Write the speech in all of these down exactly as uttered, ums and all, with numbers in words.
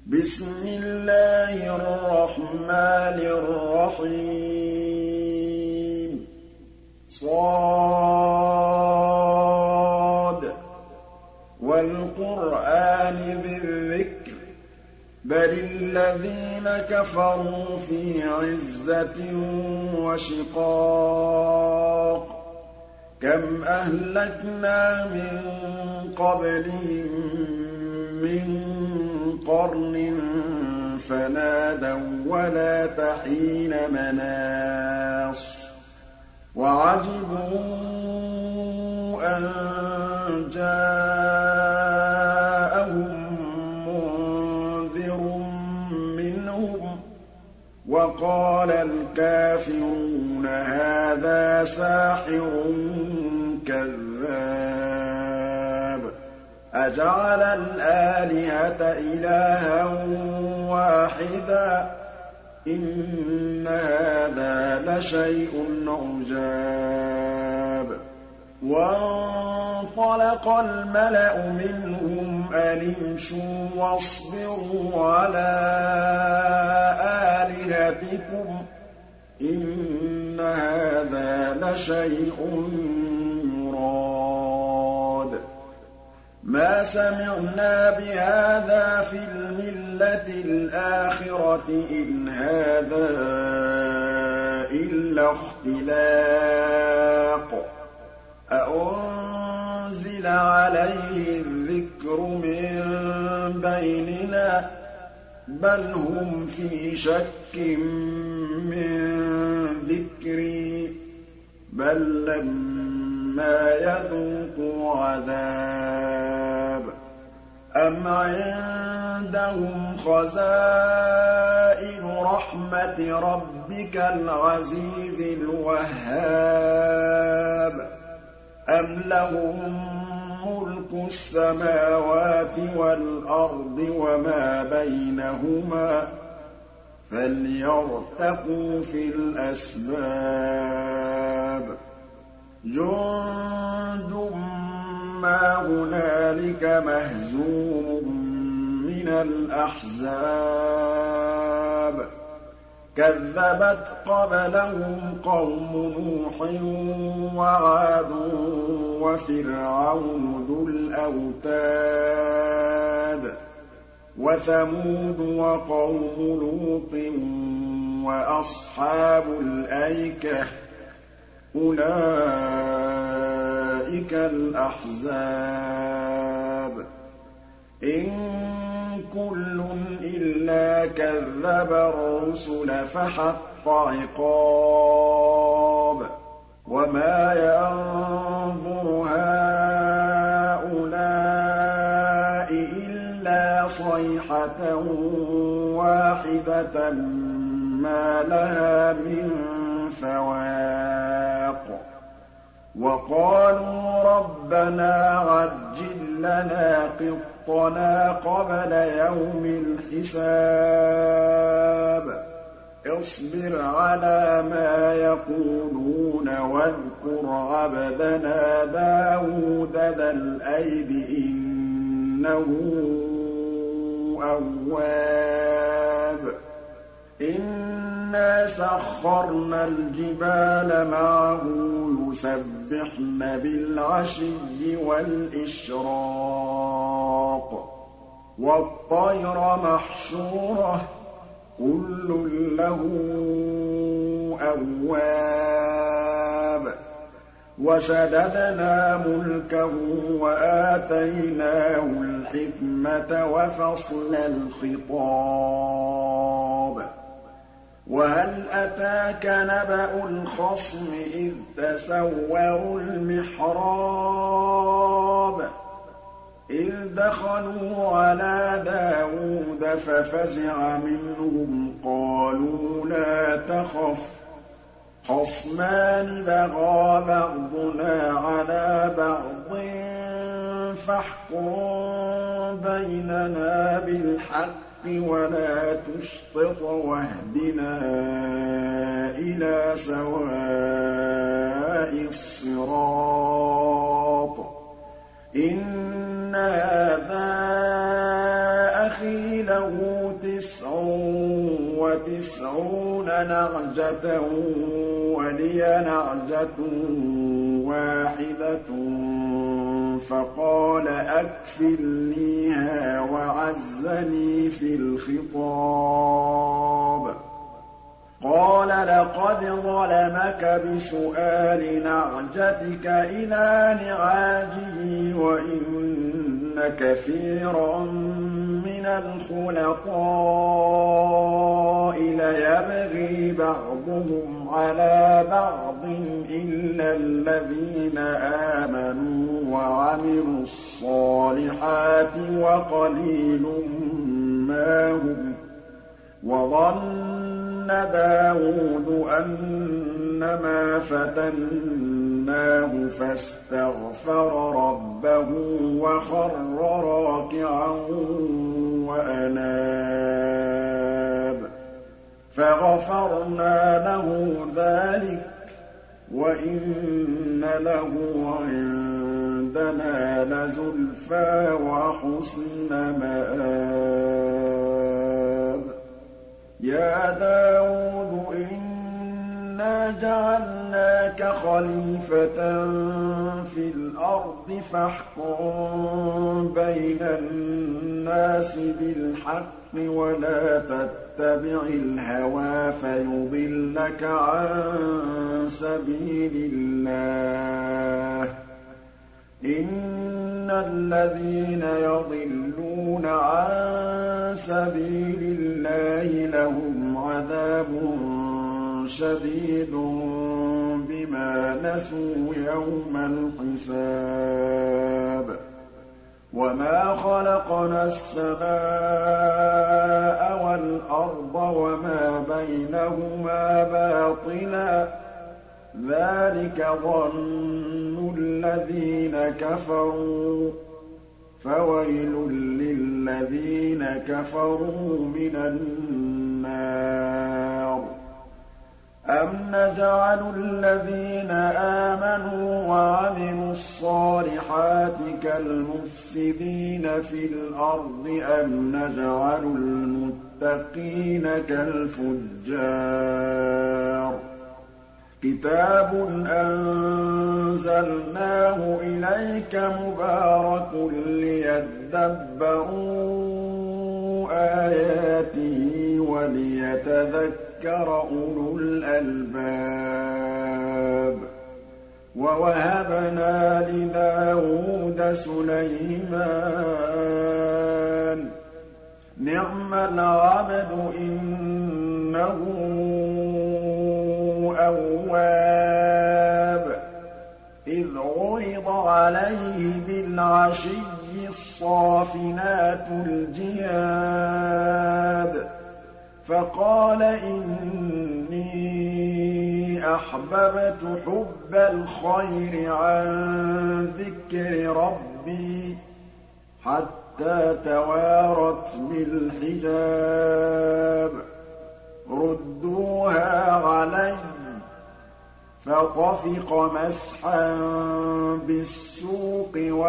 بسم الله الرحمن الرحيم صاد والقرآن ذي الذكر بل الذين كفروا في عزة وشقاق كم أهلكنا من قبلهم من قرن فنادوا ولا تحين مناص وعجبوا أن جاءهم منذر منهم وقال الكافرون هذا ساحر كذاب أجعل الآلهة إلها واحدا إن هذا لشيء عجاب وانطلق الملأ منهم أن امشوا واصبروا على آلهتكم إن هذا لشيء يراد ما سمعنا بهذا في الملة الآخرة إن هذا إلا اختلاق أأنزل عليه الذكر من بيننا بل هم في شك من ذكري بل لما يذوقوا عذاب أم عندهم خزائن رحمة ربك العزيز الوهاب أم لهم ملك السماوات والأرض وما بينهما فليرتقوا في الأسباب جند ما هنالك مهزوم من الأحزاب كذبت قبلهم قوم نوح وعاد وفرعون ذو الأوتاد وثمود وقوم لوط وأصحاب الأيكة أولئك الأحزاب إن كل إلا كذب الرسل فحق عقاب وما ينظر هؤلاء إلا صيحة واحدة ما لها من فواق وقالوا ربنا عجل لنا قطنا قبل يوم الحساب اصبر على ما يقولون واذكر عبدنا داود ذا الأيد إنه أواب إنا سخرنا الجبال معه يسبحن بالعشي والإشراق والطير محشورة كل له أواب وشددنا ملكه وآتيناه الحكمة وفصل الخطاب وهل أتاك نبأ الخصم إذ تسوروا المحراب إذ دخلوا على داود ففزع منهم قالوا لا تخف خصمان بغى بعضنا على بعض فاحكم بيننا بالحق ولا تشطط واهدنا إلى سواء الصراط إن هذا أخي له له تسع وتسعون نعجة ولي نعجة واحدة فقال أكفلنيها وعزني في الخطاب قال لقد ظلمك بسؤال نعجتك إلى نعاجه وإن كثيرا من الخلطاء ليبغي بعضهم على بعض إلا الذين آمنوا وعملوا الصالحات وقليل ما هم وظن داود أنما فتناه فاستغفر ربه وخر راكعا وأناب فغفرنا له ذلك وإن له عندنا لزلفى وحسن مآب يا داود إنا جعلناك خليفة في الأرض فاحكم بين الناس بالحق ولا تتبع الهوى فيضلك عن سبيل الله إن الذين يضلون عن سبيل الله لهم عذاب شديد بما نسوا يوم الحساب وما خلقنا السماء والأرض وما بينهما باطلا ذلك ظن الذين كفروا فويل للذين كفروا من النار أم نجعل الذين آمنوا وعملوا الصالحات كالمفسدين في الأرض أم نجعل المتقين كالفجار كتاب أنزلناه إليك مبارك ليدبروا آياته وليتذكر أولو الألباب ووهبنا لداود سليمان نعم العبد إنه أواب إذ عرض عليه بالعشي الصافنات الجياد فقال إني أحببت حب الخير عن ذكر ربي حتى توارت بالحجاب ردوها علي فطفق مسحا بالسوق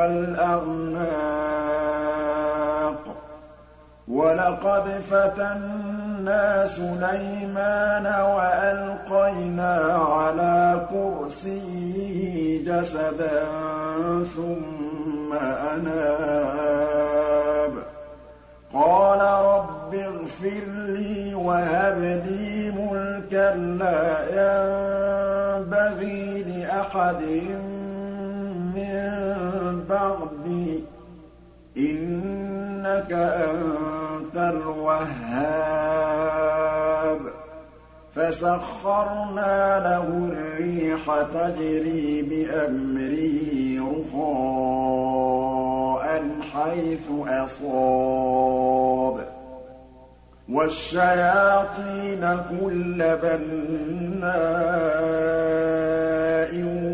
والأعناق ولقد فتنا سليمان وألقينا على كرسيه جسدا ثم أناب قال رب اغفر لي وهب لي ملكا لا ينبغي لأحد من بعدي إنك أنت الوهاب فسخرنا له الريح تجري بأمره رخاء حيث أصاب والشياطين كل بناء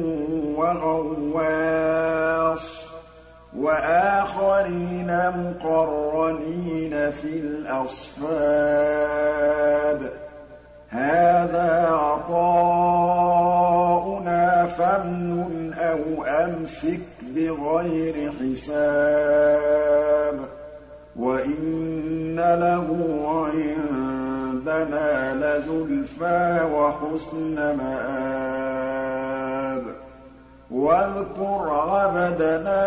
وغواص وآخرين مقرنين في الأصفاد هذا عطاؤنا فامنن أو أمسك بغير حساب وإن له عندنا لزلفى وحسن مآب واذكر عبدنا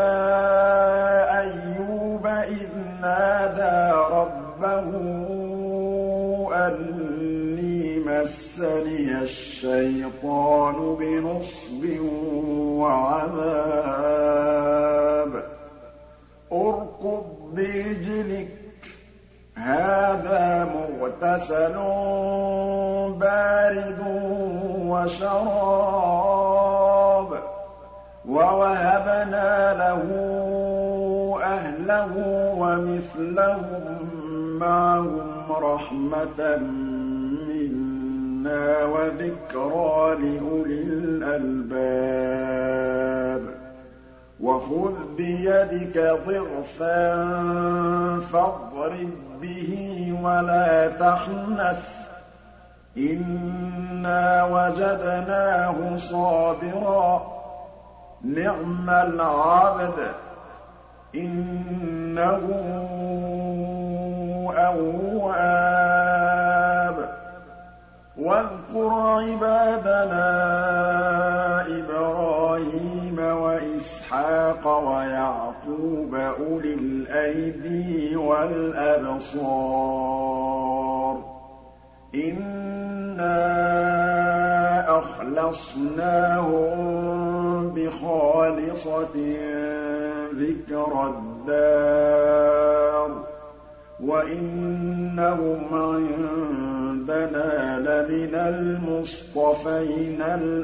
أيوب إذ نادى ربه أني مسني الشيطان بنصب وعذاب اركض برجلك هذا مغتسل بارد وشراب ووهبنا له أهله ومثلهم معهم رحمة منا وذكرى لأولي الألباب وخذ بيدك ضغثا فاضرب به ولا تحنث إنا وجدناه صابرا نعم العبد إنه أواب واذكر عبادنا إبراهيم وإسحاق ويعقوب أولي الأيدي والأبصار إنا أخلصناهم بخالصة ذكر الدار وإنهم عندنا لمن المصطفين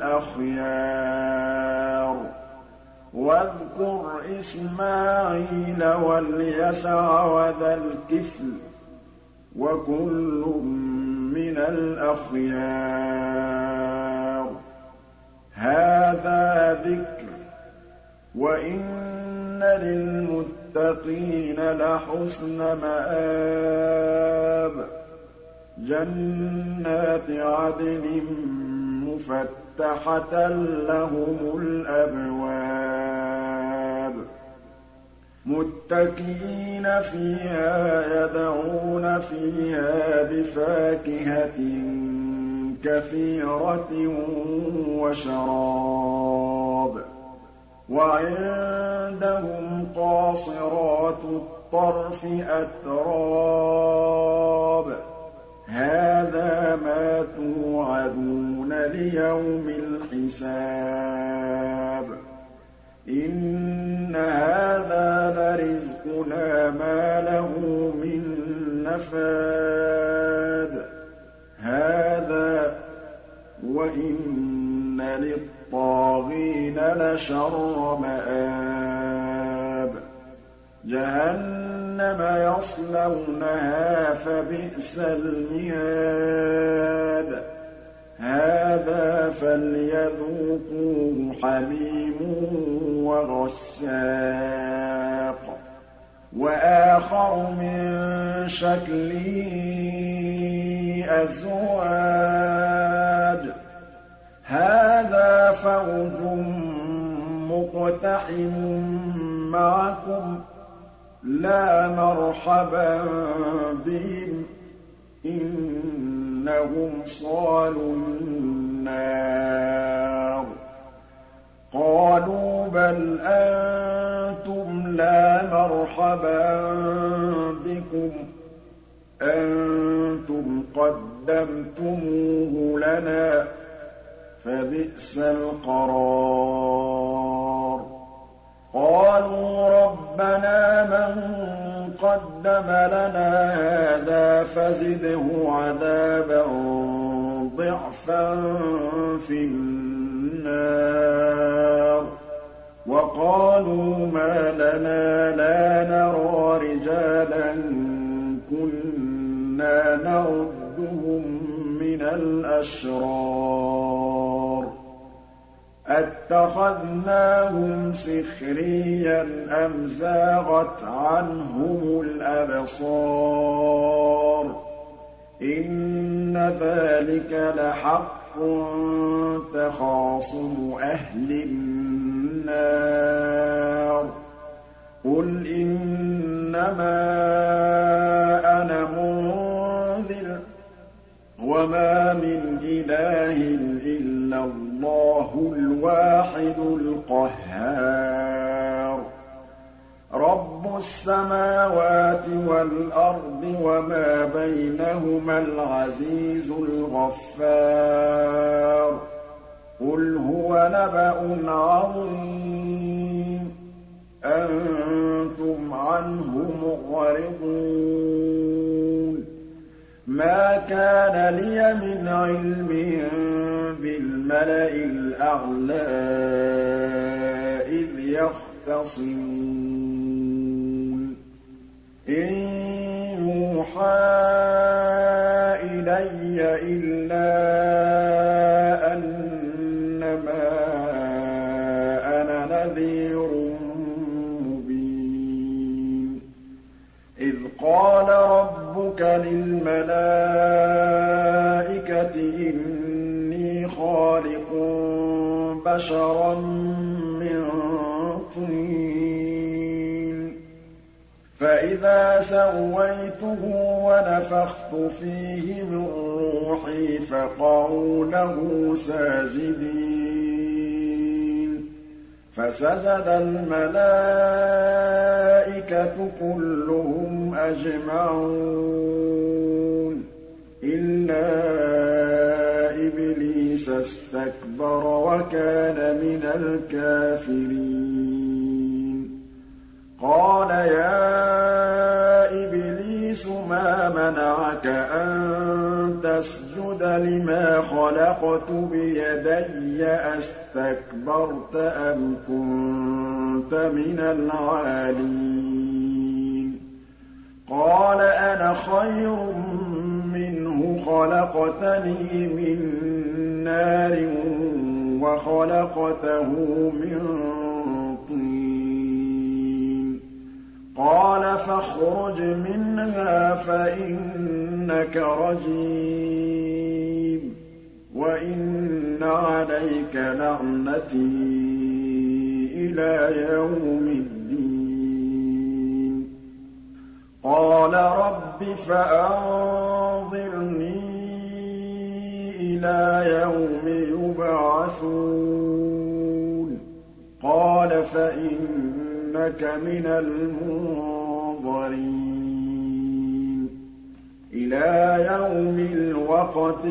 الأخيار واذكر إسماعيل واليسع وذا الكفل وكل من الأخيار هذا ذكر وإن للمتقين لحسن مآب جنات عدن مفتحة لهم الأبواب متكئين فيها يدعون فيها بفاكهة كثيرة وشراب وعندهم قاصرات الطرف أتراب هذا ما توعدون ليوم الحساب إن هذا لرزقنا ما له من نفاد هذا وإن للطاغين لشر مآب جهنم يصلونها فبئس المهاد هذا فليذوقوه حميم وغساق وآخر من شكله أزواج هذا فوج مقتحم معكم لا مرحبا بهم إنهم صالوا النار قالوا بل أنتم لا مرحبا بكم أنتم قدمتموه لنا فبئس القرار قالوا ربنا من قدم لنا هذا فزده عذابا ضعفا في النار وقالوا ما لنا لا نرى رجالا كنا نعدهم من الأشرار أتخذناهم سخريا أم زاغت عنهم الأبصار إن ذلك لحق تخاصم أهل النار قل إنما أنا وَمَا مِنْ إِلَٰهٍ إِلَّا اللَّهُ الْوَاحِدُ الْقَهَّارُ رَبُّ السَّمَاوَاتِ وَالْأَرْضِ وَمَا بَيْنَهُمَا الْعَزِيزُ الْغَفَّارُ قُلْ هُوَ نَبَأٌ عَظِيمٌ أَنتُمْ عَنْهُ مُعْرِضُونَ مَا كَانَ لِيَ مِنْ عِلْمٍ بِالْمَلَإِ الْأَعْلَىٰ إِذْ يَخْتَصِمُونَ إِن يُوحَىٰ إِلَيَّ إِلَّا أَنَّمَا أَنَا نَذِيرٌ مُّبِينٌ إِذْ قَالَ رَبُّكَ لِلْمَلَائِكَةِ إِنِّي خَالِقٌ بَشَرًا مِّن طِينٍ فَإِذَا سَوَّيْتُهُ وَنَفَخْتُ فِيهِ مِن رُّوحِي فَقَعُوا لَهُ سَاجِدِينَ فَسَجَدَ الْمَلَائِكَةُ كُلُّهُمْ أَجْمَعُونَ إِلَّا إِبْلِيسَ اسْتَكْبَرَ وَكَانَ مِنَ الْكَافِرِينَ قَالَ يَا إِبْلِيسُ مَا مَنَعَكَ أَن تَسْجُدَ لِمَا خَلَقْتُ بِيَدَيَّ أَسْتَكْبَرْتَ أَمْ كُنتَ مِنَ الْعَالِينَ قَالَ أَنَا خَيْرٌ مِّنْهُ خَلَقْتَنِي مِن نَّارٍ وَخَلَقْتَهُ مِن طِينٍ قَالَ فَاخْرُجْ مِنْهَا فَإِنَّكَ رَجِيمٌ وَإِنَّ عَلَيْكَ لَعْنَتِي إِلَىٰ يَوْمِ الدِّينِ قَالَ رَبِّ فَأَنظِرْنِي إِلَىٰ يَوْمِ يُبْعَثُونَ قَالَ فَإِنَّكَ مِنَ الْمُنظَرِينَ إِلَىٰ يَوْمِ الْوَقْتِ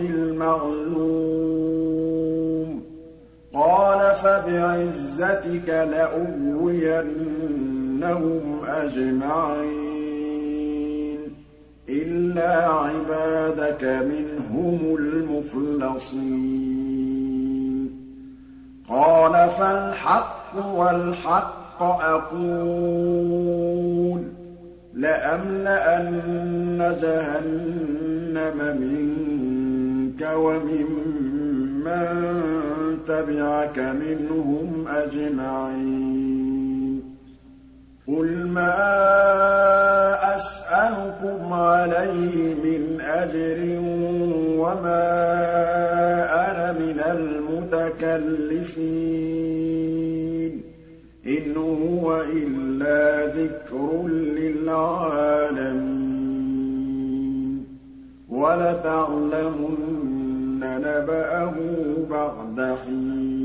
الْمَعْلُومِ قَالَ فَبِعِزَّتِكَ لَأُغْوِيَنَّهُمْ أَجْمَعِينَ إِلَّا عِبَادَكَ مِنْهُمُ الْمُخْلَصِينَ قَالَ فَالْحَقُّ وَالْحَقَّ أَقُولُ لَأَمْلَأَنَّ جَهَنَّمَ مِنكَ وَمِمَّن تَبِعَكَ مِنْهُمْ أَجْمَعِينَ قُلْ مَا أَسْأَلُكُمْ عَلَيْهِ مِنْ أَجْرٍ وَمَا أَنَا مِنَ الْمُتَكَلِّفِينَ إِنْ هُوَ إِلَّا ذِكْرٌ لِّلْعَالَمِينَ وَلَتَعْلَمُنَّ نَبَأَهُ بَعْدَ حِينٍ